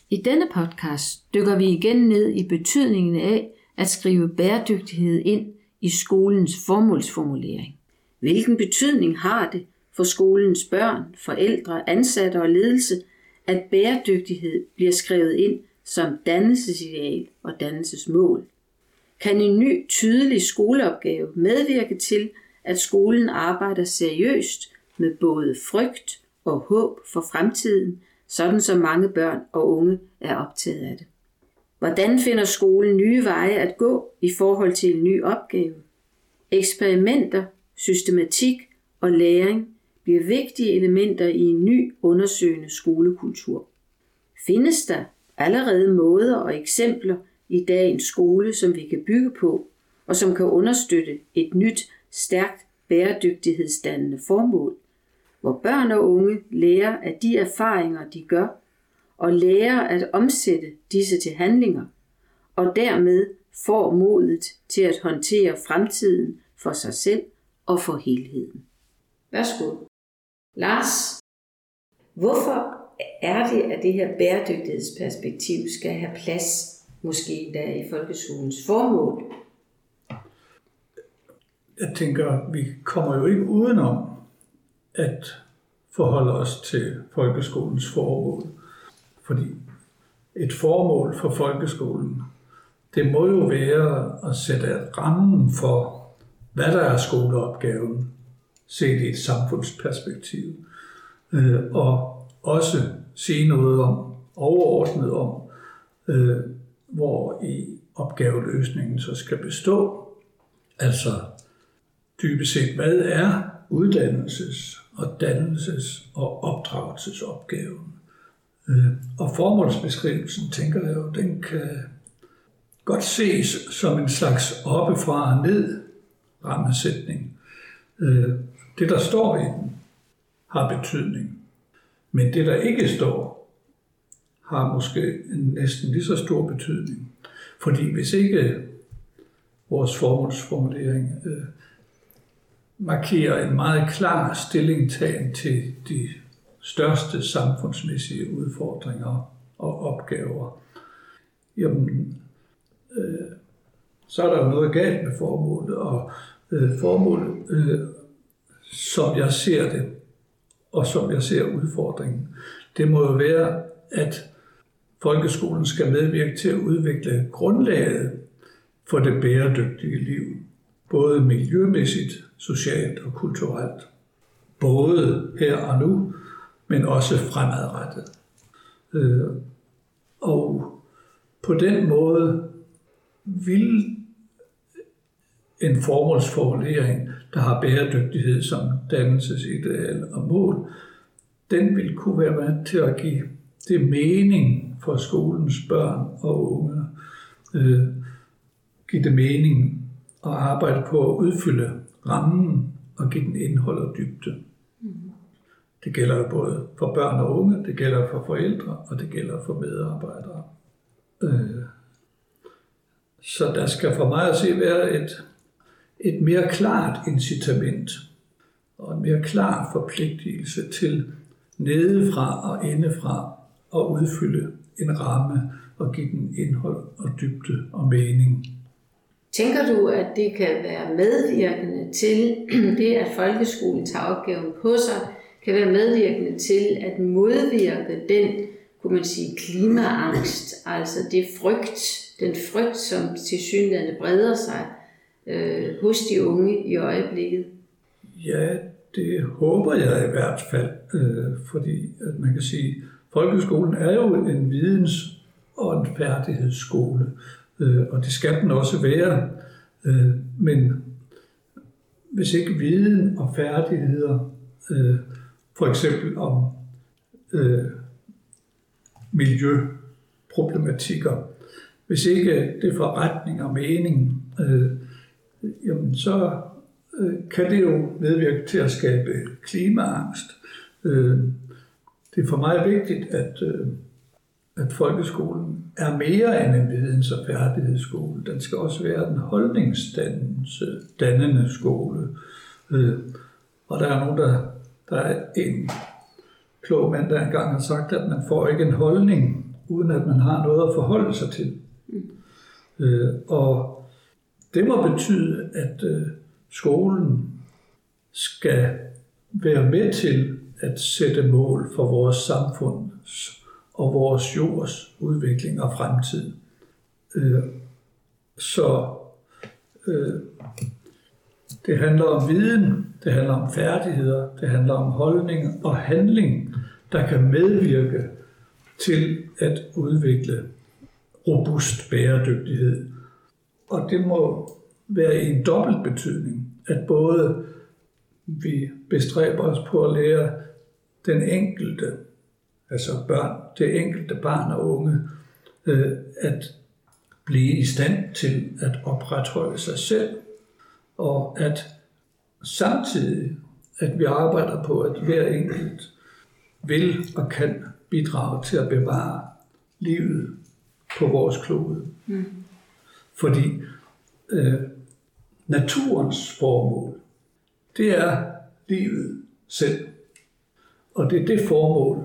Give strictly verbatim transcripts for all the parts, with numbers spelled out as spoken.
I denne podcast dykker vi igen ned i betydningen af at skrive bæredygtighed ind i skolens formålsformulering. Hvilken betydning har det for skolens børn, forældre, ansatte og ledelse, at bæredygtighed bliver skrevet ind som dannelsesideal og dannelsesmål? Kan en ny, tydelig skoleopgave medvirke til, at skolen arbejder seriøst med både frygt og håb for fremtiden, sådan som mange børn og unge er optaget af det? Hvordan finder skolen nye veje at gå i forhold til en ny opgave? Eksperimenter, systematik og læring bliver vigtige elementer i en ny undersøgende skolekultur. Findes der allerede måder og eksempler i dagens skole, som vi kan bygge på, og som kan understøtte et nyt, stærkt bæredygtighedsdannende formål, hvor børn og unge lærer af de erfaringer, de gør, og lærer at omsætte disse til handlinger, og dermed får modet til at håndtere fremtiden for sig selv og for helheden. Værsgo. Lars, hvorfor er det, at det her bæredygtighedsperspektiv skal have plads, måske endda i folkeskolens formål? Jeg tænker, vi kommer jo ikke udenom at forholde os til folkeskolens formål. Fordi et formål for folkeskolen, det må jo være at sætte rammen for, hvad der er skoleopgaven, set i et samfundsperspektiv. Og også sige noget om, overordnet om, hvor i opgaveløsningen så skal bestå. Altså dybest set, hvad er uddannelses- og dannelses- og opdragelsesopgaven? Og formålsbeskrivelsen, tænker jeg jo, den kan godt ses som en slags oppefra og ned rammesætning. Det, der står i den, har betydning. Men det, der ikke står, har måske en næsten lige så stor betydning. Fordi hvis ikke vores formålsformulering øh, markerer en meget klar stillingtagen til de største samfundsmæssige udfordringer og opgaver, jamen, øh, så er der jo noget galt med formålet. Og øh, formålet, øh, som jeg ser det, og som jeg ser udfordringen, det må jo være, at folkeskolen skal medvirke til at udvikle grundlaget for det bæredygtige liv, både miljømæssigt, socialt og kulturelt. Både her og nu, men også fremadrettet. Og på den måde vil en formålsformulering, der har bæredygtighed som dannelsesideal og mål, den vil kunne være med til at give det mening for skolens børn og unge. Øh, give det mening at arbejde på at udfylde rammen og give den indhold og dybde. Mm. Det gælder jo både for børn og unge, det gælder for forældre, og det gælder for medarbejdere. Øh, så der skal for mig at se være et et mere klart incitament og en mere klar forpligtelse til nedefra og indefra at udfylde en ramme og give den indhold og dybde og mening. Tænker du, at det kan være medvirkende til det, at folkeskolen tager opgaven på sig, kan være medvirkende til at modvirke den, kunne man sige, klimaangst, altså det frygt, den frygt, som tilsyneladende breder sig øh, hos de unge i øjeblikket? Ja, det håber jeg i hvert fald, øh, fordi at man kan sige, at folkeskolen er jo en videns- og en færdighedsskole, øh, og det skal den også være. Øh, men hvis ikke viden og færdigheder, øh, for eksempel om øh, miljøproblematikker, hvis ikke det får retning og mening, øh, jamen så øh, kan det jo medvirke til at skabe klimaangst. Øh, det er for mig vigtigt, at, øh, at folkeskolen er mere end en videns- og færdighedsskole. Den skal også være en holdningsdannelse, dannende skole. Øh, og der er nogen, der, der er en klog mand, der engang har sagt, at man får ikke en holdning uden at man har noget at forholde sig til. Mm. Øh, og det må betyde, at øh, skolen skal være med til at sætte mål for vores samfunds og vores jords udvikling og fremtid. Øh, så øh, det handler om viden, det handler om færdigheder, det handler om holdning og handling, der kan medvirke til at udvikle robust bæredygtighed. Og det må være i en dobbelt betydning, at både vi bestræber os på at lære den enkelte, altså børn, det enkelte barn og unge, øh, at blive i stand til at opretholde sig selv, og at samtidig, at vi arbejder på, at hver enkelt vil og kan bidrage til at bevare livet på vores klode. Mm. Fordi øh, naturens formål, det er livet selv. Og det er det formål,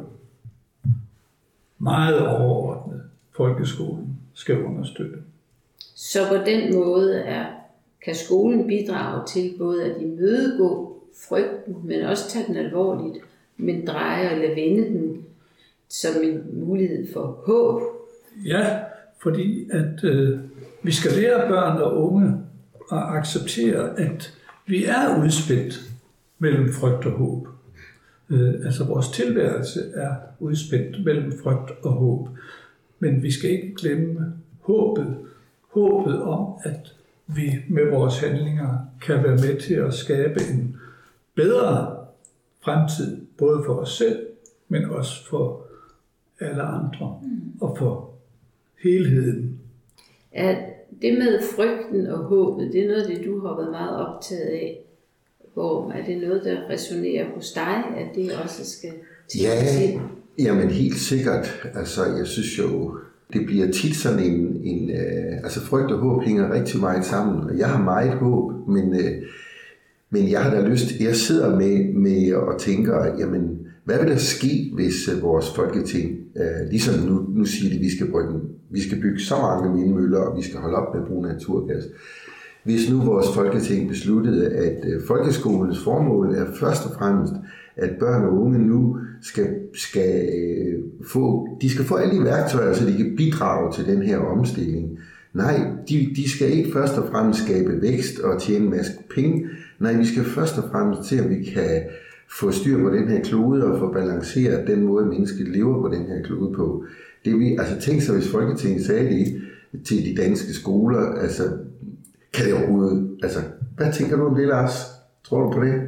meget overordnet, folkeskolen skal understøtte. Så på den måde er, kan skolen bidrage til både at imødegå frygten, men også tage den alvorligt, men dreje eller vende den som en mulighed for håb. Ja, fordi at øh, vi skal lære børn og unge at acceptere, at vi er udspændt mellem frygt og håb. Øh, altså vores tilværelse er udspændt mellem frygt og håb. Men vi skal ikke glemme håbet. Håbet om, at vi med vores handlinger kan være med til at skabe en bedre fremtid, både for os selv, men også for alle andre, mm. og for helheden. Er det med frygten og håbet, det er noget af det, du har været meget optaget af? Hvor er det noget, der resonerer hos dig, at det også skal til? Ja, jamen helt sikkert. Altså, jeg synes jo, det bliver tit sådan en, en øh, altså frygt og håb hænger rigtig meget sammen, og jeg har meget håb, men, øh, men jeg har da lyst, jeg sidder med, med og tænker, jamen, hvad vil der ske, hvis øh, vores folketing, øh, ligesom nu, nu siger de, at vi skal, bruge, vi skal bygge så mange vindmøller, og vi skal holde op med at bruge naturgas. Hvis nu vores folketing besluttede, at øh, folkeskolens formål er først og fremmest, at børn og unge nu skal, skal få, de skal få alle de værktøjer, så de kan bidrage til den her omstilling. Nej, de, de skal ikke først og fremmest skabe vækst og tjene en masse penge. Nej, vi skal først og fremmest til, at vi kan få styr på den her klode og få balanceret den måde, mennesket lever på den her klode på. Det vi, altså tænk sig, hvis Folketinget sagde det til de danske skoler, altså kan det overhovedet, altså hvad tænker du om det, Lars? Tror du på det?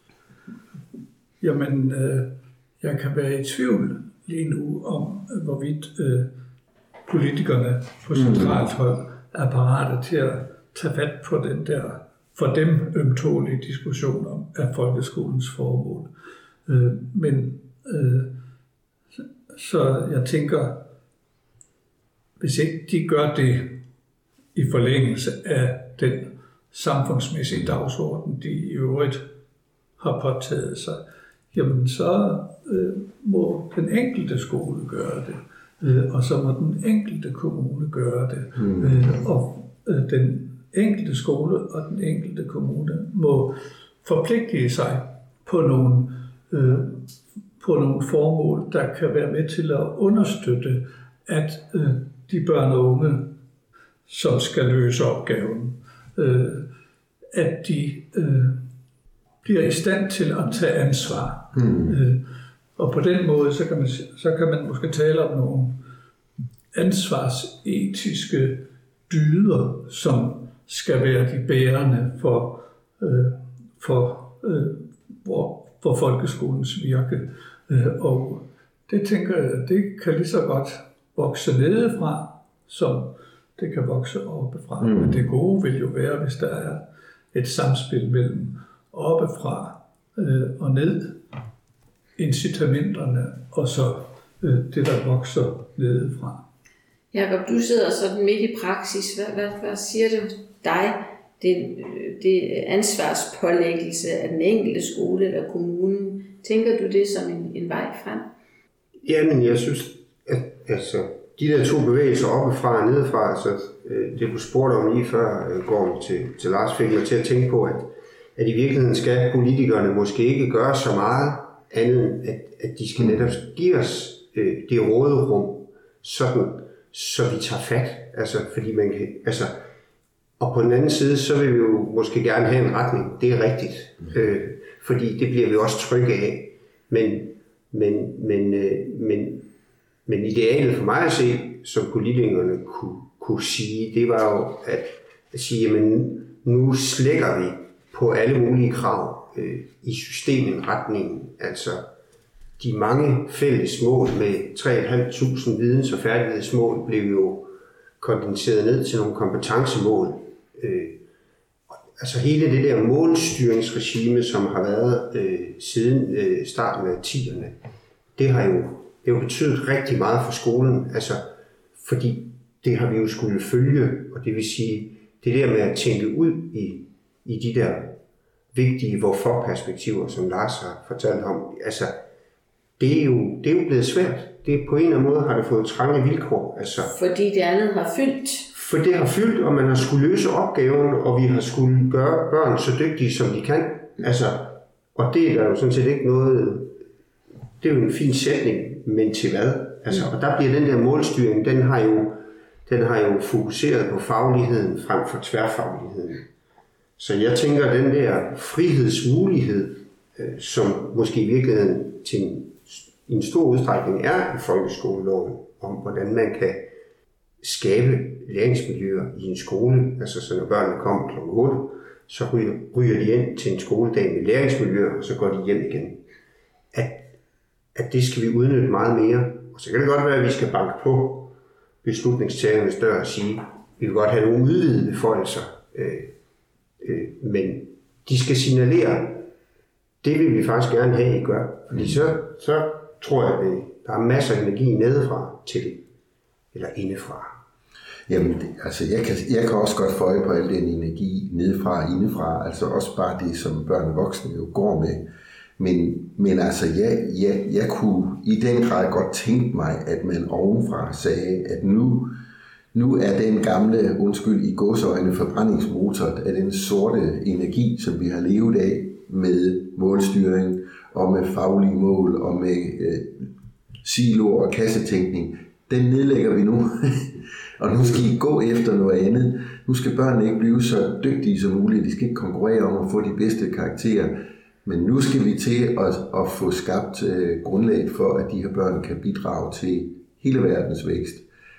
Jamen, øh, jeg kan være i tvivl lige nu om, hvorvidt øh, politikerne på centralt hold er parate til at tage fat på den der for dem ømtålige diskussion om af folkeskolens formål. Øh, men øh, så jeg tænker, hvis ikke de gør det i forlængelse af den samfundsmæssige dagsorden, de i øvrigt har påtaget sig, jamen så øh, må den enkelte skole gøre det, øh, og så må den enkelte kommune gøre det. Mm. Øh, og øh, den enkelte skole og den enkelte kommune må forpligte sig på nogle, øh, på nogle formål, der kan være med til at understøtte, at øh, de børn og unge, som skal løse opgaven, øh, at de øh, bliver i stand til at tage ansvar. Mm. Øh, og på den måde, så kan, man, så kan man måske tale om nogle ansvarsetiske dyder, som skal være de bærende for, øh, for, øh, for, for folkeskolens virke. Øh, og det tænker jeg, det kan lige så godt vokse nedefra, som det kan vokse oppefra. Mm. Men det gode vil jo være, hvis der er et samspil mellem oppefra øh, og ned, incitamenterne, og så øh, det, der vokser nedefra. Jakob, du sidder sådan midt i praksis. Hvad, hvad, hvad siger du dig? Det, det ansvarspålæggelse af den enkelte skole eller kommunen. Tænker du det som en, en vej frem? Jamen, jeg synes, at altså, de der to bevægelser oppefra og nedefra, så øh, det du spurgte om lige før, øh, går til, til Lars, fik mig til at tænke på, at, at i virkeligheden skal politikerne måske ikke gøre så meget andet, at, at de skal netop give os øh, det råderum, sådan, så vi tager fat. Altså, fordi man kan, altså, og på den anden side, så vil vi jo måske gerne have en retning. Det er rigtigt, øh, fordi det bliver vi også trygge af. Men, men, men, øh, men, men idealet for mig at se, som politikerne kunne, kunne sige, det var jo at, at sige, jamen nu slækker vi på alle mulige krav øh, i systemet retningen. Altså de mange fælles mål med tre tusind fem hundrede videns- og færdighedsmål blev jo kondenseret ned til nogle kompetencemål. Øh, altså hele det der målstyringsregime, som har været øh, siden øh, starten af tierne, det har jo, det har betydet rigtig meget for skolen, altså fordi det har vi jo skulle følge, og det vil sige, det der med at tænke ud i, i de der vigtige hvorfor-perspektiver, som Lars har fortalt om, altså det er jo, det er jo blevet svært. Det på en eller anden måde har det fået trange vilkår. Altså, fordi det andet har fyldt. For det har fyldt, og man har skulle løse opgaven, og vi har skulle gøre børn så dygtige, som de kan. Altså, og det er der jo sådan set ikke noget, det er jo en fin sætning, men til hvad? Altså, og der bliver den der målstyring, den har jo, den har jo fokuseret på fagligheden frem for tværfagligheden. Så jeg tænker, den der frihedsmulighed, øh, som måske i virkeligheden til en, i en stor udstrækning er i folkeskoleloven, om hvordan man kan skabe læringsmiljøer i en skole. Altså så når børnene kommer klokken otte, så ryger, ryger de ind til en skoledag med læringsmiljøer, og så går de hjem igen. At, at det skal vi udnytte meget mere. Og så kan det godt være, at vi skal banke på beslutningstagernes dør og sige, vi vil godt have nogle udvidede beføjelser, øh, øh, men de skal signalere, det vil vi faktisk gerne have, I gør. Fordi så, så tror jeg, at der er masser af energi nedefra til det, eller indefra. Jamen, det, altså jeg kan, jeg kan også godt få øje på al den energi nedefra og indefra, altså også bare det, som børn og voksne jo går med. Men, men altså, jeg, jeg, jeg kunne i den grad godt tænke mig, at man ovenfra sagde, at nu, nu er den gamle, undskyld, i gåseøjne forbrændingsmotor af den sorte energi, som vi har levet af med målstyring og med faglige mål og med øh, siloer og kassetænkning, den nedlægger vi nu. Og nu skal I gå efter noget andet. Nu skal børnene ikke blive så dygtige som muligt. De skal ikke konkurrere om at få de bedste karakterer. Men nu skal vi til at, at få skabt uh, grundlag for, at de her børn kan bidrage til hele verdens vækst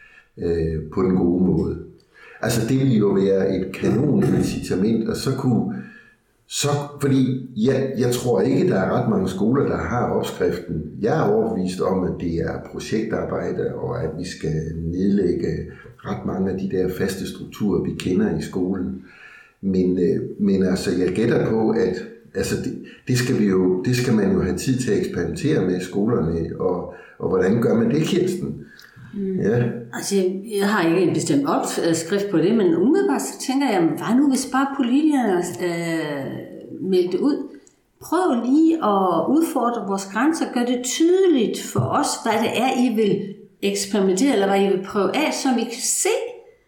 uh, på den gode måde. Altså det ville jo være et kanon incitament, og så kunne... Så, fordi jeg, jeg tror ikke, der er ret mange skoler, der har opskriften. Jeg er overbevist om, at det er projektarbejde, og at vi skal nedlægge ret mange af de der faste strukturer, vi kender i skolen. Men, men altså, jeg gætter på, at altså, det, det, skal vi jo, det skal man jo have tid til at eksperimentere med i skolerne, og, og hvordan gør man det, Kirsten? Mm. Ja. Altså, jeg har ikke en bestemt opskrift på det, men umiddelbart så tænker jeg, hvad nu hvis bare politikerne øh, meldte ud? Prøv lige at udfordre vores grænser, gør det tydeligt for os, hvad det er, I vil eksperimentere, eller hvad I vil prøve af, så vi kan se,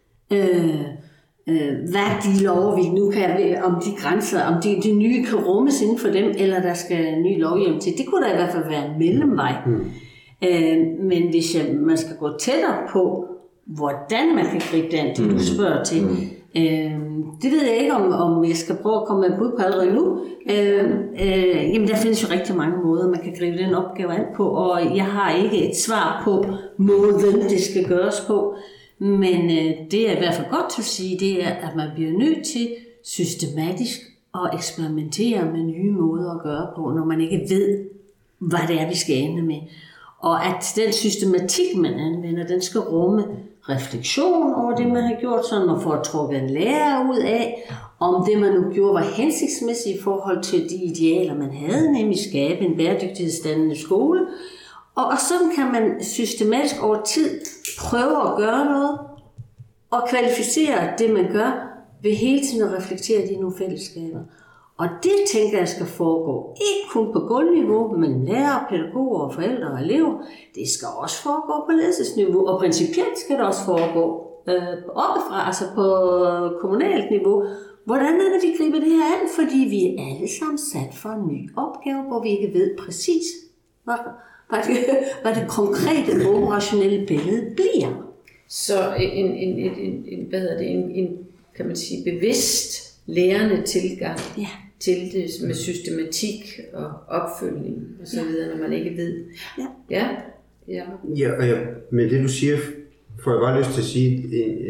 øh, øh, hvad de lover, vi nu kan, om de grænser, om de, de nye kan rummes inden for dem, eller der skal ny lovhjem til. Det kunne da i hvert fald være en mellemvej. Mm. Øh, men hvis jeg, man skal gå tættere på, hvordan man kan gribe den, det du spørger til, mm. øh, det ved jeg ikke, om, om jeg skal prøve at komme med bud på allerede nu. Øh, øh, jamen, der findes jo rigtig mange måder, man kan gribe den opgave an på, og jeg har ikke et svar på måden, det skal gøres på. Men øh, det jeg i hvert fald godt til at sige, det er, at man bliver nødt til systematisk at eksperimentere med nye måder at gøre på, når man ikke ved, hvad det er, vi skal ende med. Og at den systematik, man anvender, den skal rumme refleksion over det, man har gjort, så man får trukket en lærer ud af, om det, man nu gjorde, var hensigtsmæssigt i forhold til de idealer, man havde, nemlig skabe en bæredygtighedsdannende skole. Og, og sådan kan man systematisk over tid prøve at gøre noget, og kvalificere det, man gør, ved hele tiden at reflektere de nogle fællesskaber. Og det tænker jeg skal foregå ikke kun på gulvniveau mellem lærere, pædagoger, og forældre og elever. Det skal også foregå på ledelsesniveau, og principielt skal det også foregå øh, oppefra, altså på kommunalt niveau. Hvordan er det, vi griber det her an? Fordi vi er alle sammen sat for en ny opgave, hvor vi ikke ved præcis, hvad, hvad, det, hvad det konkrete operationelle billede bliver. Så en, en, en, en, en, hvad hedder det, en, en kan man sige, bevidst lærende tilgang ja. til det med systematik og opfølgning og så videre, når man ikke ved. Ja. Ja. Ja. Ja, og jeg, med det du siger, får jeg bare lyst til at sige,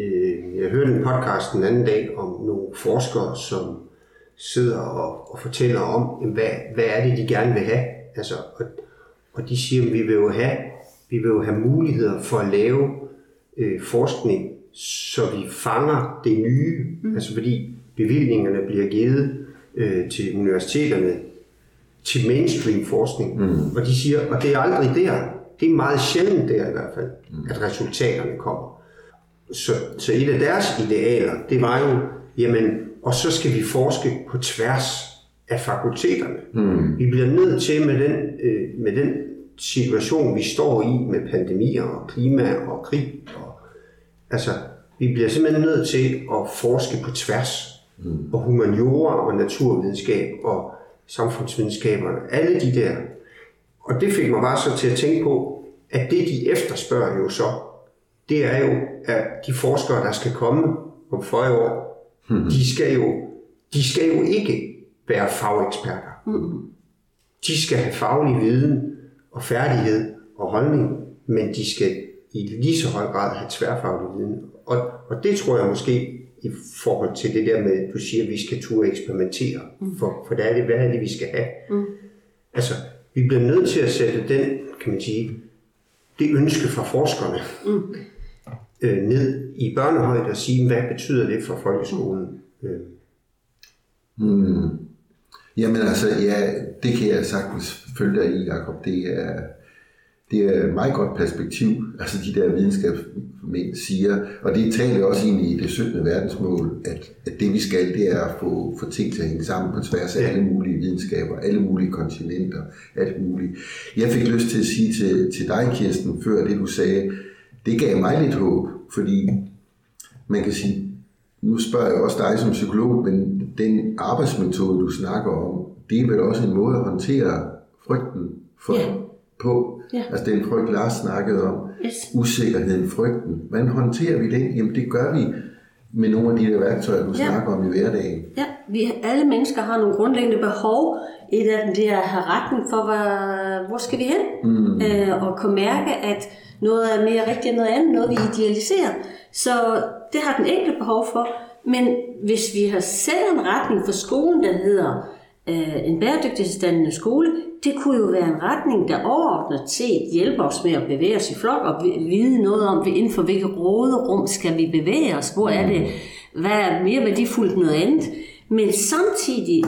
øh, jeg hørte en podcast den anden dag om nogle forskere, som sidder og, og fortæller om, hvad, hvad er det, de gerne vil have. Altså, og, og de siger, at vi vil jo have, vi vil jo have muligheder for at lave øh, forskning, så vi fanger det nye. Mm. Altså fordi bevillingerne bliver givet øh, til universiteterne til mainstream forskning. Mm. Og de siger, og det er aldrig der. Det er meget sjældent der i hvert fald, mm. at resultaterne kommer. Så, så et af deres idealer, det var jo, jamen, og så skal vi forske på tværs af fakulteterne. Mm. Vi bliver nødt til med den, øh, med den situation, vi står i med pandemier og klima og krig. Og, altså, vi bliver simpelthen nødt til at forske på tværs. Mm. Og humaniora og naturvidenskab og samfundsvidenskaberne, alle de der. Og det fik mig bare så til at tænke på, at det de efterspørger jo så, det er jo, at de forskere, der skal komme om fyrre år, mm. de, skal jo, de skal jo ikke være fageksperter. Mm. De skal have faglig viden og færdighed og holdning, men de skal i lige så høj grad have tværfaglig viden. Og, og det tror jeg måske i forhold til det der med, at du siger, at vi skal turde eksperimentere. Mm. For, for der er det, hvad er det, vi skal have? Mm. Altså, vi bliver nødt til at sætte den, kan man sige, det ønske fra forskerne mm. øh, ned i børnehøjde og sige, hvad betyder det for folkeskolen? Øh. Mm. Jamen altså, ja, det kan jeg sagtens følge dig i, Jacob. Det er, det er et meget godt perspektiv, altså de der videnskabsmænd siger, og det taler også ind i det syttende verdensmål, at, at det vi skal, det er at få, få ting til at hænge sammen på tværs af alle mulige videnskaber, alle mulige kontinenter, alt muligt. Jeg fik lyst til at sige til, til dig, Kirsten, før det du sagde, det gav mig lidt håb, fordi man kan sige, nu spørger jeg også dig som psykolog, men den arbejdsmetode, du snakker om, det er vel også en måde at håndtere frygten for, yeah. på. Ja. Altså den frygt, Lars snakkede om, yes. usikkerheden, frygten. Hvordan håndterer vi den? Jamen det gør vi med nogle af de der værktøjer, du ja. snakker om i hverdagen. Ja, vi alle mennesker har nogle grundlæggende behov. Et af dem, det er at have retning for, hvor, hvor skal vi hen? Mm. Øh, og kunne mærke, at noget er mere rigtigt end noget andet, noget vi idealiserer. Så det har den enkelte behov for. Men hvis vi har sat en retning for skolen, der hedder øh, en bæredygtighedsdannende skole, det kunne jo være en retning, der overordnet set hjælper os med at bevæge os i flok og vide noget om, inden for hvilket råderum skal vi bevæge os. Hvor er det, hvad er mere værdifuldt end noget andet? Men samtidig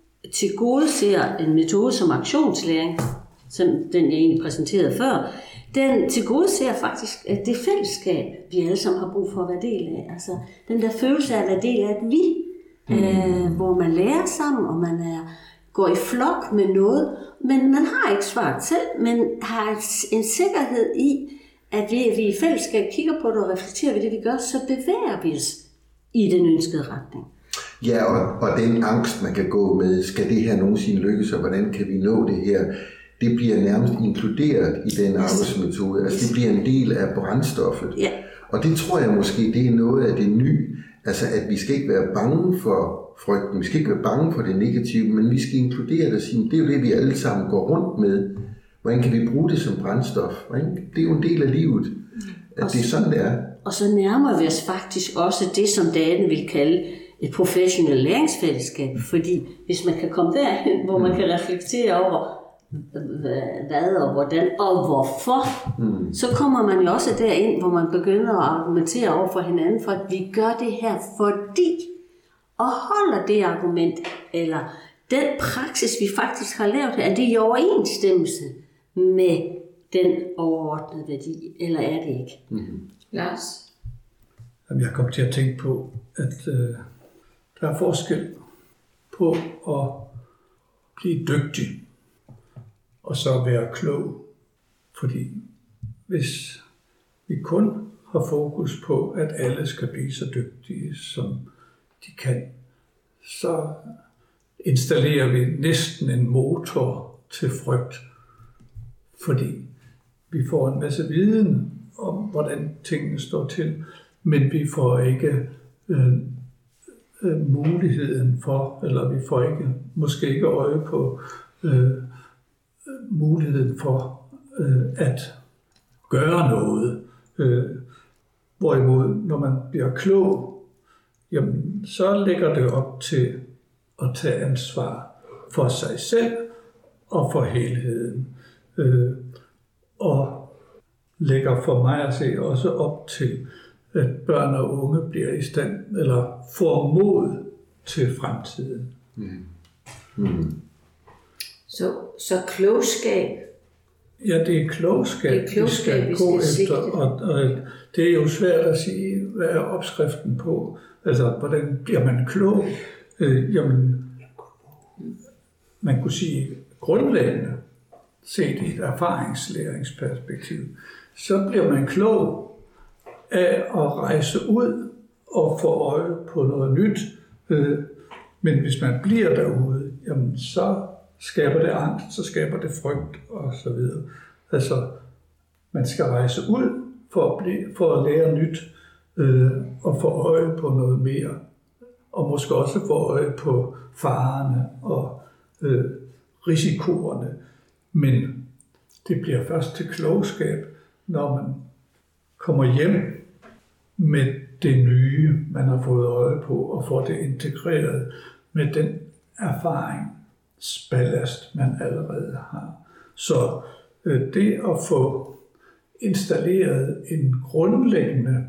tilgodeser en metode som aktionslæring, som den jeg egentlig præsenterede før, den tilgodeser faktisk at det fællesskab, vi alle sammen har brug for at være del af. Altså den der følelse af at være del af et vi, mm. øh, hvor man lærer sammen, og man er, går i flok med noget, men man har ikke svaret selv, men har en sikkerhed i, at vi, vi i fællesskab kigger på det og reflekterer ved det, vi gør, så bevæger vi os i den ønskede retning. Ja, og, og den angst, man kan gå med, skal det her nogensinde lykkes, og hvordan kan vi nå det her, det bliver nærmest inkluderet i den arbejdsmetode. Altså det bliver en del af brændstoffet. Ja. Og det tror jeg måske, det er noget af det nye. Altså at vi skal ikke være bange for frygten, vi skal ikke være bange for det negative, men vi skal inkludere det og sige, det er jo det, vi alle sammen går rundt med. Hvordan kan vi bruge det som brændstof? Det er jo en del af livet, at og det er sådan, det er. Og så nærmer vi os faktisk også det, som Daten vil kalde et professionelt læringsfællesskab, fordi hvis man kan komme derhen, hvor man kan reflektere over, hvad og hvordan og hvorfor, mm. så kommer man jo også derind, hvor man begynder at argumentere over for hinanden, for at vi gør det her, fordi, og holder det argument, eller den praksis, vi faktisk har lavet her, er det i overensstemmelse med den overordnede værdi, eller er det ikke? Mm. Lars? Jeg kom til at tænke på, at øh, der er forskel på at blive dygtig, og så være klog. Fordi hvis vi kun har fokus på, at alle skal blive så dygtige, som de kan, så installerer vi næsten en motor til frygt. Fordi vi får en masse viden om, hvordan tingene står til, men vi får ikke øh, øh, muligheden for, eller vi får ikke, måske ikke øje på øh, muligheden for øh, at gøre noget. Øh, hvorimod, når man bliver klog, jamen, så lægger det op til at tage ansvar for sig selv og for helheden. Øh, og lægger for mig at se også op til, at børn og unge bliver i stand, eller får mod til fremtiden. Mm. Mm. Så, så klogskab. Ja, det er klogskab, det er klogskab vi skal gå efter, og, og det er jo svært at sige, hvad er opskriften på? Altså, hvordan bliver man klog? Øh, jamen, man kunne sige grundlæggende, set i et erfaringslæringsperspektiv, så bliver man klog af at rejse ud og få øje på noget nyt. Men hvis man bliver derude, jamen så skaber det angst, så skaber det frygt og så videre. Altså, man skal rejse ud for at, blive, for at lære nyt øh, og få øje på noget mere. Og måske også få øje på farerne og øh, risikoerne. Men det bliver først til klogskab, når man kommer hjem med det nye, man har fået øje på, og får det integreret med den erfaringsballast, man allerede har. Så øh, det at få installeret en grundlæggende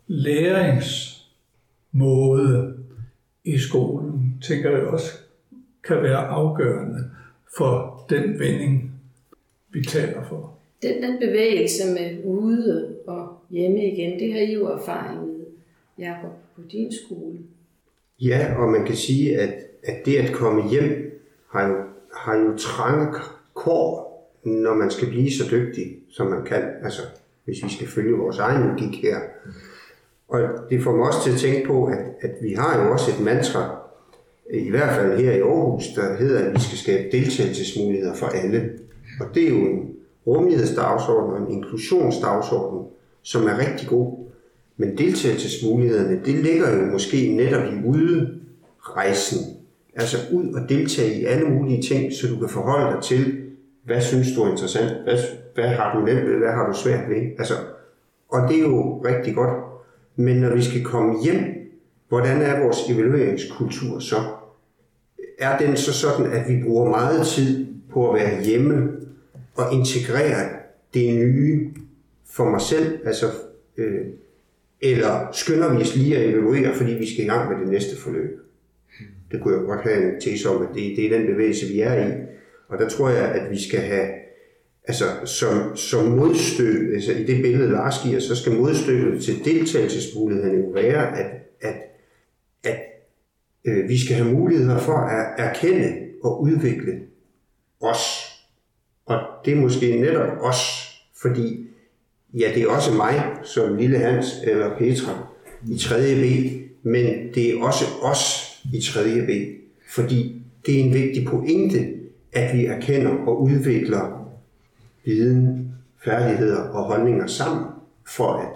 læringsmåde i skolen, tænker jeg også kan være afgørende for den vending, vi taler for. Den, den bevægelse med ude og hjemme igen, det har I jo erfaring med, Jakob, på din skole. Ja, og man kan sige, at, at det at komme hjem har jo, har jo trange kår, når man skal blive så dygtig, som man kan. Altså, hvis vi skal følge vores egen logik her. Og det får mig også til at tænke på, at, at vi har jo også et mantra, i hvert fald her i Aarhus, der hedder, at vi skal skabe deltagelsesmuligheder for alle. Og det er jo en rummelighedsdagsorden og en inklusionsdagsorden, som er rigtig god. Men deltagelsesmulighederne, det ligger jo måske netop i udrejsen. Altså ud og deltage i alle mulige ting, så du kan forholde dig til, hvad synes du er interessant, hvad, hvad har du nemt ved, hvad har du svært ved. Altså, og det er jo rigtig godt. Men når vi skal komme hjem, hvordan er vores evalueringskultur så? Er den så sådan, at vi bruger meget tid på at være hjemme og integrere det nye for mig selv? Altså, øh, eller skynder vi os lige at evaluere, fordi vi skal i gang med det næste forløb? Det kunne jeg godt have en tese om, at det, det er den bevægelse, vi er i. Og der tror jeg, at vi skal have, altså som, som modstød, altså i det billede, Lars giver, så skal modstødet til deltagelsesmuligheden jo være, at, at, at øh, vi skal have muligheder for at erkende og udvikle os. Og det er måske netop os, fordi ja, det er også mig, som lille Hans eller Petra i tredje B, men det er også os i tredje B, fordi det er en vigtig pointe, at vi erkender og udvikler viden, færdigheder og holdninger sammen, for at,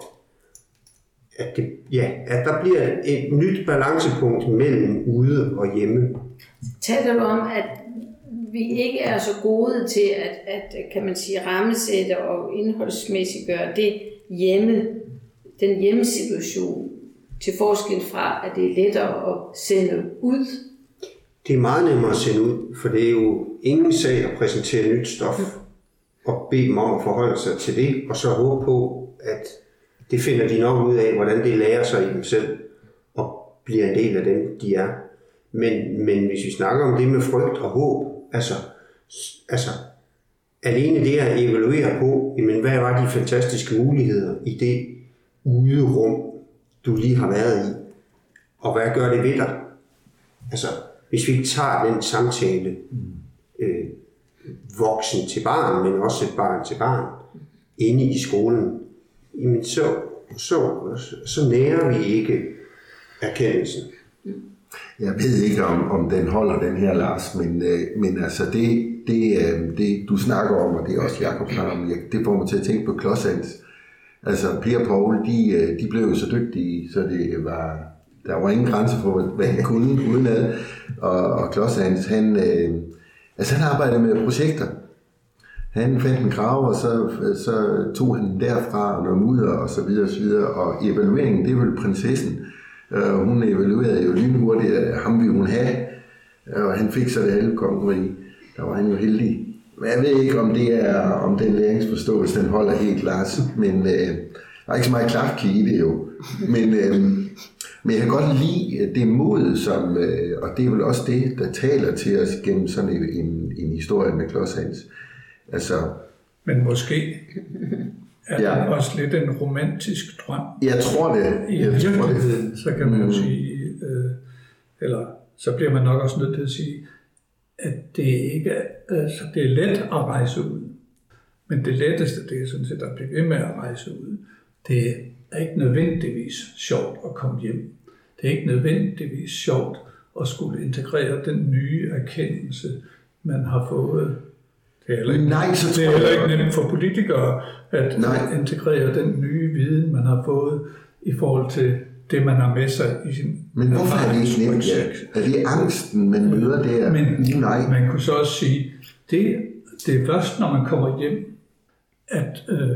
at, det, ja, at der bliver et nyt balancepunkt mellem ude og hjemme. Taler du om, at vi ikke er så gode til at, at kan man sige, rammesætte og indholdsmæssigt gøre det hjemme, den hjemmesituation, til forskel fra, at det er lettere at sende ud? Det er meget nemmere at sende ud, for det er jo ingen sag at præsentere nyt stof og bede dem om at forholde sig til det, og så håbe på, at det finder de nok ud af, hvordan det lærer sig i dem selv og bliver en del af dem, de er. Men, men hvis vi snakker om det med frygt og håb, altså, altså alene det at evaluere på, jamen, hvad var de fantastiske muligheder i det uderum, du lige har været i, og hvad gør det ved dig? Altså, hvis vi ikke tager den samtale øh, voksen til barn, men også et barn til barn, inde i skolen, jamen så, så, så nærer vi ikke erkendelsen. Jeg ved ikke, om, om den holder, den her, Lars, men, øh, men altså det, det, øh, det, du snakker om, og det er også Jacob snakker om, det får mig til at tænke på Klodshands. Altså, Per og Poul, de, de blev jo så dygtige, så det var, der var ingen grænse for, hvad han kunne udenad. Og, og Klodshands, han, øh, altså, han arbejdede med projekter. Han fandt en grav, og så, så tog han den derfra, og noget mudder, og så videre, og så videre. Og evalueringen, det er vel prinsessen. Uh, hun evaluerede jo lynhurtigt, at ham ville hun have, og han fik så det halve kongerige. Der var han jo heldig. Men jeg ved ikke, om det er, om den læringsforståelse, den holder helt klart, men uh, der er ikke så meget klapki i det jo. Men, uh, men jeg kan godt lide det mod, som, uh, og det er vel også det, der taler til os gennem sådan en, en, en historie med Klodshands. Altså, men måske er ja. det også lidt en romantisk drøm. Jeg tror det. I jeg virkeligheden, det. så kan man jo mm. sige, øh, eller så bliver man nok også nødt til at sige, at det ikke er, altså det er let at rejse ud. Men det letteste, det er sådan set at blive ved med at rejse ud. Det er ikke nødvendigvis sjovt at komme hjem. Det er ikke nødvendigvis sjovt at skulle integrere den nye erkendelse, man har fået. Det er heller ikke, Nej, så det er heller ikke nemt for politikere at Nej. integrere den nye viden, man har fået i forhold til det, man har med sig i sin Men hvorfor er det ikke nemt? Ja? Er det angsten, man møder der? Men Nej. Man kunne så også sige, det, det er først, når man kommer hjem, at øh,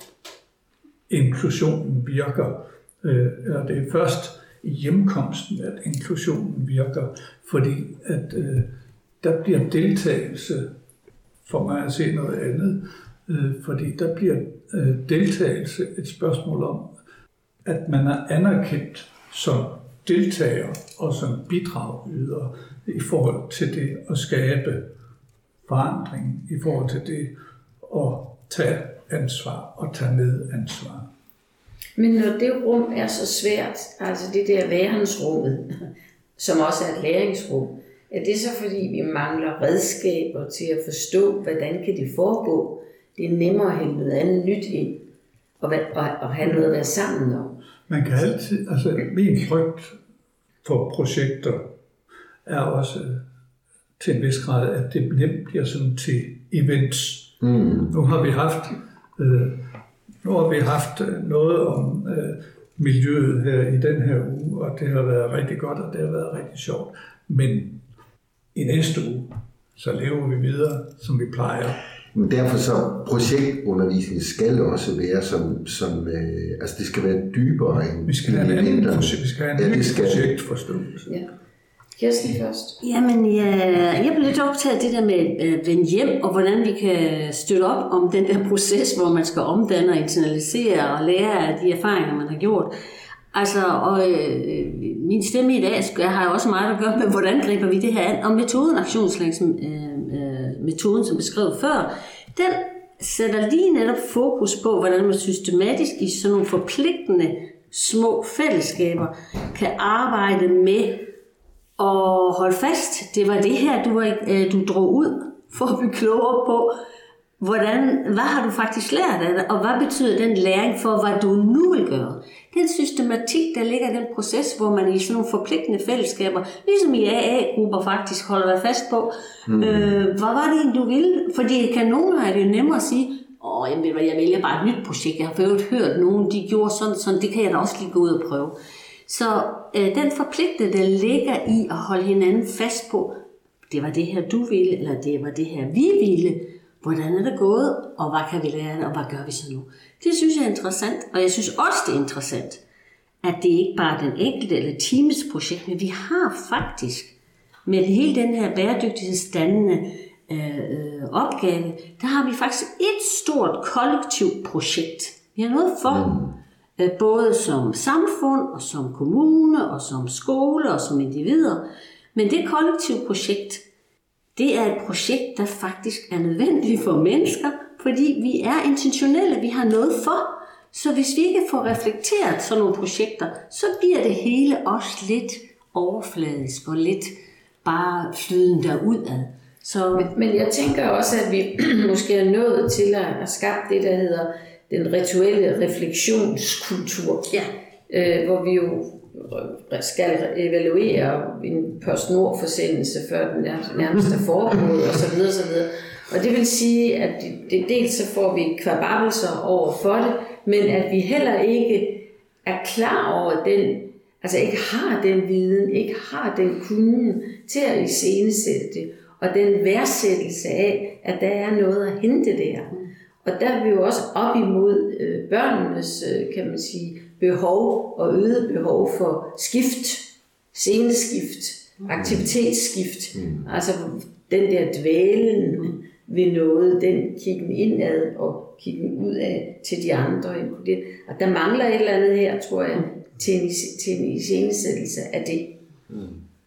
inklusionen virker. Øh, eller det er først i hjemkomsten, at inklusionen virker, fordi at øh, der bliver deltagelse for mig at se noget andet, øh, fordi der bliver øh, deltagelse et spørgsmål om, at man er anerkendt som deltager og som bidragyder i forhold til det at skabe forandring, i forhold til det at tage ansvar og tage medansvar. Men når det rum er så svært, altså det der værensrummet, som også er et læringsrum, er det så fordi, vi mangler redskaber til at forstå, hvordan kan det foregå? Det er nemmere at hælde noget andet nyt ind, og, og, og have noget at være sammen om. Man kan altid, altså min frygt for projekter er også til en vis grad, at det nemt bliver sådan til events. Mm. Nu har vi haft, øh, nu har vi haft noget om øh, miljøet her i den her uge, og det har været rigtig godt, og det har været rigtig sjovt. Men i næste uge, så lever vi videre, som vi plejer. Men derfor så projektundervisning skal også være som, som øh, altså det skal være dybere end vi skal have en anden projekt, vi skal have en ja, ny skal... projektforståelse. Ja. Kirsten først. Jamen, jeg, jeg blev lidt optaget af det der med at øh, vende hjem, og hvordan vi kan støtte op om den der proces, hvor man skal omdanne og internalisere og lære af de erfaringer, man har gjort. Altså, og øh, min stemme i dag har jo også meget at gøre med, hvordan griber vi det her an. Og metoden, aktionslæringsmetoden, som beskrevet før, den sætter lige netop fokus på, hvordan man systematisk i sådan nogle forpligtende små fællesskaber kan arbejde med at holde fast. Det var det her, du, var, du drog ud for at blive klogere på. Hvordan, hvad har du faktisk lært af det, og hvad betyder den læring for, hvad du nu vil gøre? Den systematik, der ligger i den proces, hvor man i sådan nogle forpligtende fællesskaber, ligesom i A A-grupper faktisk holder dig fast på, mm. øh, hvad var det egentlig, du ville? Fordi kan nogle gange er det jo nemmere at sige, åh, jeg, ved, jeg vælger bare et nyt projekt, jeg har for hørt nogen, de gjorde sådan, sådan, det kan jeg da også lige gå ud og prøve. Så øh, den forpligtelse, der ligger i at holde hinanden fast på, det var det her, du ville, eller det var det her, vi ville. Hvordan er det gået, og hvad kan vi lære, og hvad gør vi så nu? Det synes jeg er interessant, og jeg synes også, det er interessant, at det ikke bare er den enkelte eller teamets projekt, men vi har faktisk med hele den her bæredygtighedsdannende øh, opgave, der har vi faktisk et stort kollektivt projekt. Vi har noget for, mm. øh, både som samfund, og som kommune, og som skole, og som individer. Men det kollektive projekt, det er et projekt, der faktisk er nødvendigt for mennesker, fordi vi er intentionelle, vi har noget for. Så hvis vi ikke får reflekteret sådan nogle projekter, så bliver det hele også lidt overfladisk og lidt bare flyden derudad. Så... Men, men jeg tænker også, at vi måske er nået til at have skabt det, der hedder den rituelle refleksionskultur, ja. øh, hvor vi jo skal evaluere en PostNord-forsendelse før den nærmeste forbud og så videre, så videre. Og det vil sige, at det, det, dels så får vi kvababelser over for det, men at vi heller ikke er klar over den, altså ikke har den viden, ikke har den kunden til at iscenesætte det, og den værdsættelse af, at der er noget at hente der. Og der er vi jo også op imod øh, børnenes, øh, kan man sige, behov og øget behov for skift, sceneskift, aktivitetsskift. Mm. Altså den der dvælen ved noget, den kiggen indad og kiggen ud af til de andre. Og der mangler et eller andet her, tror jeg, til en, til en iscenesættelse af det. Mm.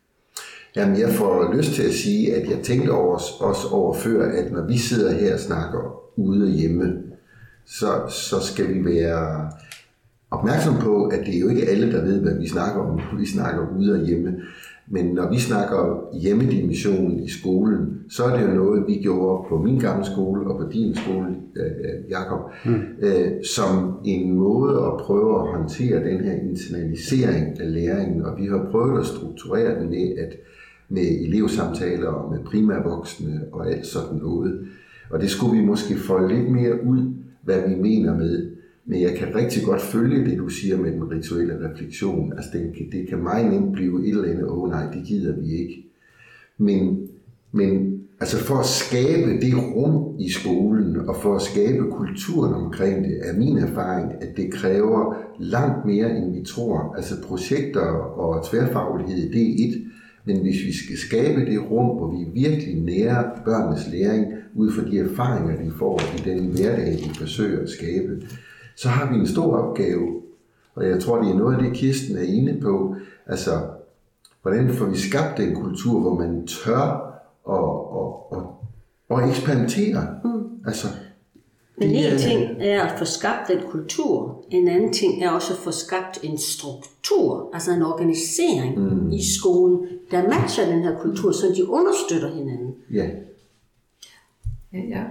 Jamen, jeg får lyst til at sige, at jeg tænkte over, også over før, at når vi sidder her og snakker ude og hjemme, så, så skal vi være opmærksom på, at det er jo ikke alle, der ved, hvad vi snakker om. Vi snakker ude og hjemme. Men når vi snakker hjemmedimensionen i skolen, så er det jo noget, vi gjorde på min gamle skole og på din skole, Jakob, mm. øh, som en måde at prøve at håndtere den her internalisering af læringen. Og vi har prøvet at strukturere den med, at med elevsamtaler og med primærvoksne og alt sådan noget. Og det skulle vi måske folde lidt mere ud, hvad vi mener med. Men jeg kan rigtig godt følge det, du siger med den rituelle refleksion. Altså det, det kan meget nemt blive et eller andet, åh oh, nej, det gider vi ikke. Men, men altså for at skabe det rum i skolen, og for at skabe kulturen omkring det, er min erfaring, at det kræver langt mere, end vi tror. Altså projekter og tværfaglighed, det er et. Men hvis vi skal skabe det rum, hvor vi virkelig nærer børnenes læring, ud fra de erfaringer, de får i den hverdag, de forsøger at skabe, så har vi en stor opgave. Og jeg tror, det er noget af det, Kirsten er inde på. Altså, hvordan får vi skabt en kultur, hvor man tør og, og, og, og eksperimentere? Mm. Altså, Men en ting er at få skabt den kultur. En anden ting er også at få skabt en struktur, altså en organisering mm. i skolen, der matcher den her kultur, så de understøtter hinanden. Ja. Ja, ja.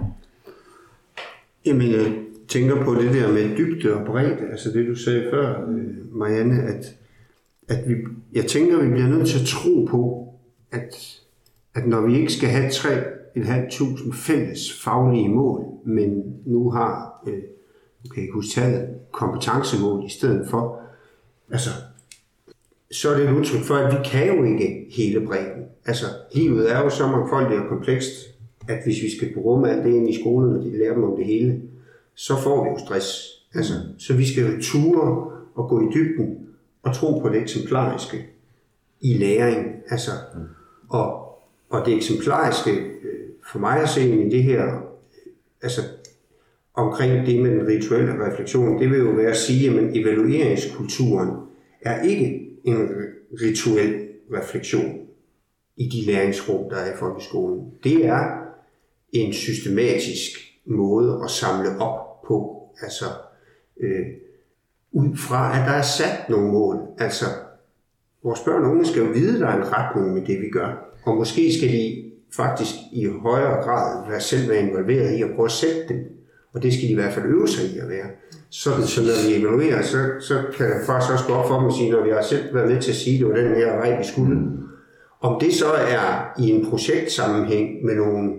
Jamen, jeg tænker på det der med dybde og bredde, altså det du sagde før, Marianne, at, at vi, jeg tænker, vi bliver nødt til at tro på, at, at når vi ikke skal have tre et halvt tusind fælles faglige mål, men nu har, øh, du kan ikke huske tallet, kompetencemål i stedet for, altså, så er det et udtryk for, at vi kan jo ikke hele bredden. Altså, livet er jo så mangfoldigt og komplekst, at hvis vi skal berumme alt det ind i skolen, og de lærer dem om det hele, så får vi jo stress. Altså, så vi skal jo ture og gå i dybden og tro på det eksemplariske i læring. Altså, og, og det eksemplariske for mig at se i det her, altså omkring det med den rituelle refleksion, det vil jo være at sige, at evalueringskulturen er ikke en rituel refleksion i de læringsrum, der er i folkeskolen. Det er en systematisk måde at samle op på, altså øh, ud fra, at der er sat nogle mål. Altså, vores børn og unge skal jo vide, at der er en retning med det, vi gør. Og måske skal de faktisk i højere grad være selv være involveret i at prøve at sætte dem. Og det skal de i hvert fald øve sig i at være. Så, så når vi evaluerer, så, så kan det faktisk også gå op for dem og sige, når vi har selv været med til at sige, at det var den her vej, vi skulle. Mm. Om det så er i en projektsammenhæng med nogle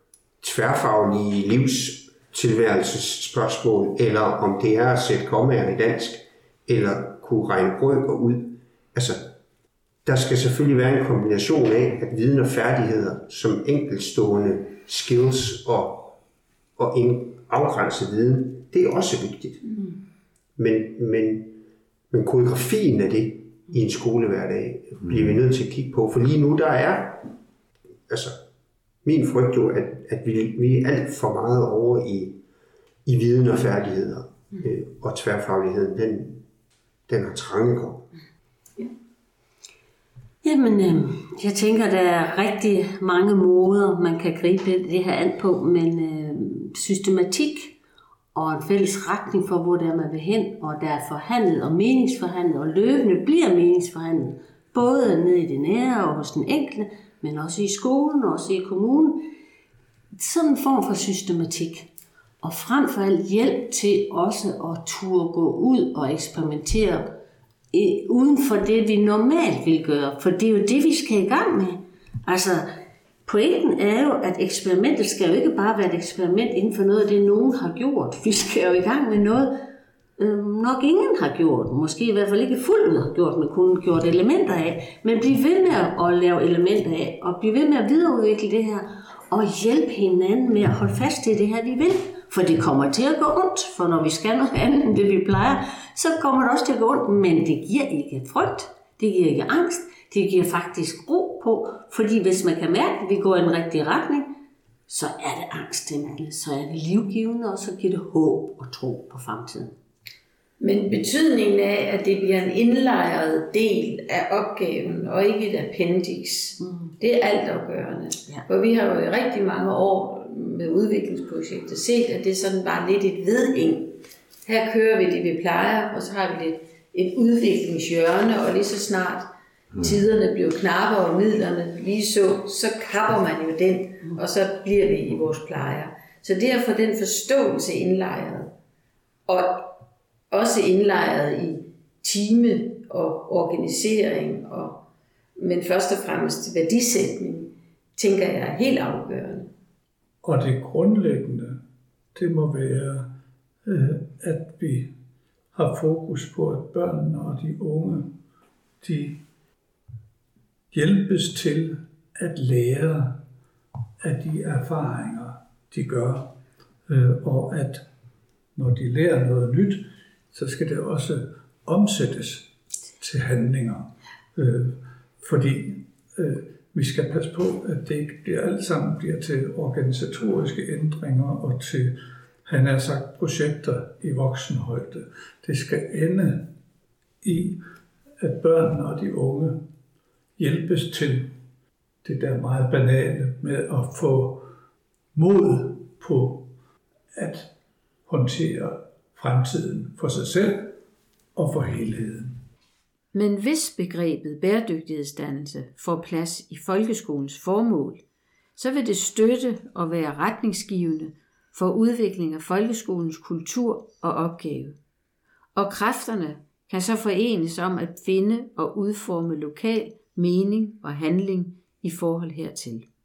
tværfaglige livstilværelsesspørgsmål, eller om det er at sætte kommaer i dansk, eller kunne regne brøker ud. Altså, der skal selvfølgelig være en kombination af, at viden og færdigheder som enkeltstående skills og, og en afgrænset viden, det er også vigtigt. Mm. Men, men, men koreografien af det i en skolehverdag bliver vi nødt til at kigge på. For lige nu der er, altså min frygt jo, at, at vi, vi er alt for meget over i, i viden og færdigheder. Mm. Øh, og tværfagligheden, den, den har trangekår. Jamen, øh, jeg tænker, der er rigtig mange måder, man kan gribe det her an på, men øh, systematik og en fælles retning for, hvor der man vil hen, og der er forhandlet og meningsforhandlet, og løbende bliver meningsforhandlet, både nede i det nære og hos den enkelte, men også i skolen, også i kommunen. Sådan en form for systematik. Og frem for alt hjælp til også at turde gå ud og eksperimentere uden for det, vi normalt vil gøre. For det er jo det, vi skal i gang med. Altså, pointen er jo, at eksperimentet skal jo ikke bare være et eksperiment inden for noget af det, nogen har gjort. Vi skal jo i gang med noget, øh, nok ingen har gjort. Måske i hvert fald ikke fuldt ud har gjort, men kun gjort elementer af. Men blive ved med at lave elementer af, og blive ved med at videreudvikle det her, og hjælpe hinanden med at holde fast til det her, vi vil. For det kommer til at gå ondt, for når vi skal noget andet end det, vi plejer, så kommer det også til at gå ondt, men det giver ikke frygt, det giver ikke angst, det giver faktisk ro på, fordi hvis man kan mærke, at vi går i den rigtige retning, så er det angstdæmpende, så er det livgivende, og så giver det håb og tro på fremtiden. Men betydningen af, at det bliver en indlejret del af opgaven, og ikke et appendix, mm. det er altafgørende. Ja. For vi har jo i rigtig mange år med udviklingsprojekter set, at det er sådan bare lidt et veding. Her kører vi det, vi plejer, og så har vi lidt et udviklingshjørne, og lige så snart mm. tiderne bliver knappere og midlerne lige så, så kapper man jo den, mm. og så bliver vi i vores plejer. Så derfor den forståelse indlejret, og også indlejret i time og organisering, og, men først og fremmest værdisætning, tænker jeg er helt afgørende. Og det grundlæggende, det må være, at vi har fokus på, at børnene og de unge, de hjælpes til at lære af de erfaringer, de gør, og at når de lærer noget nyt, så skal det også omsættes til handlinger. Øh, fordi øh, vi skal passe på, at det ikke bliver alt sammen bliver til organisatoriske ændringer og til, han har sagt, projekter i voksenhøjde. Det skal ende i, at børnene og de unge hjælpes til det der meget banale med at få mod på at håndtere fremtiden for sig selv og for helheden. Men hvis begrebet bæredygtighedsdannelse får plads i folkeskolens formål, så vil det støtte og være retningsgivende for udvikling af folkeskolens kultur og opgave. Og kræfterne kan så forenes om at finde og udforme lokal mening og handling i forhold hertil.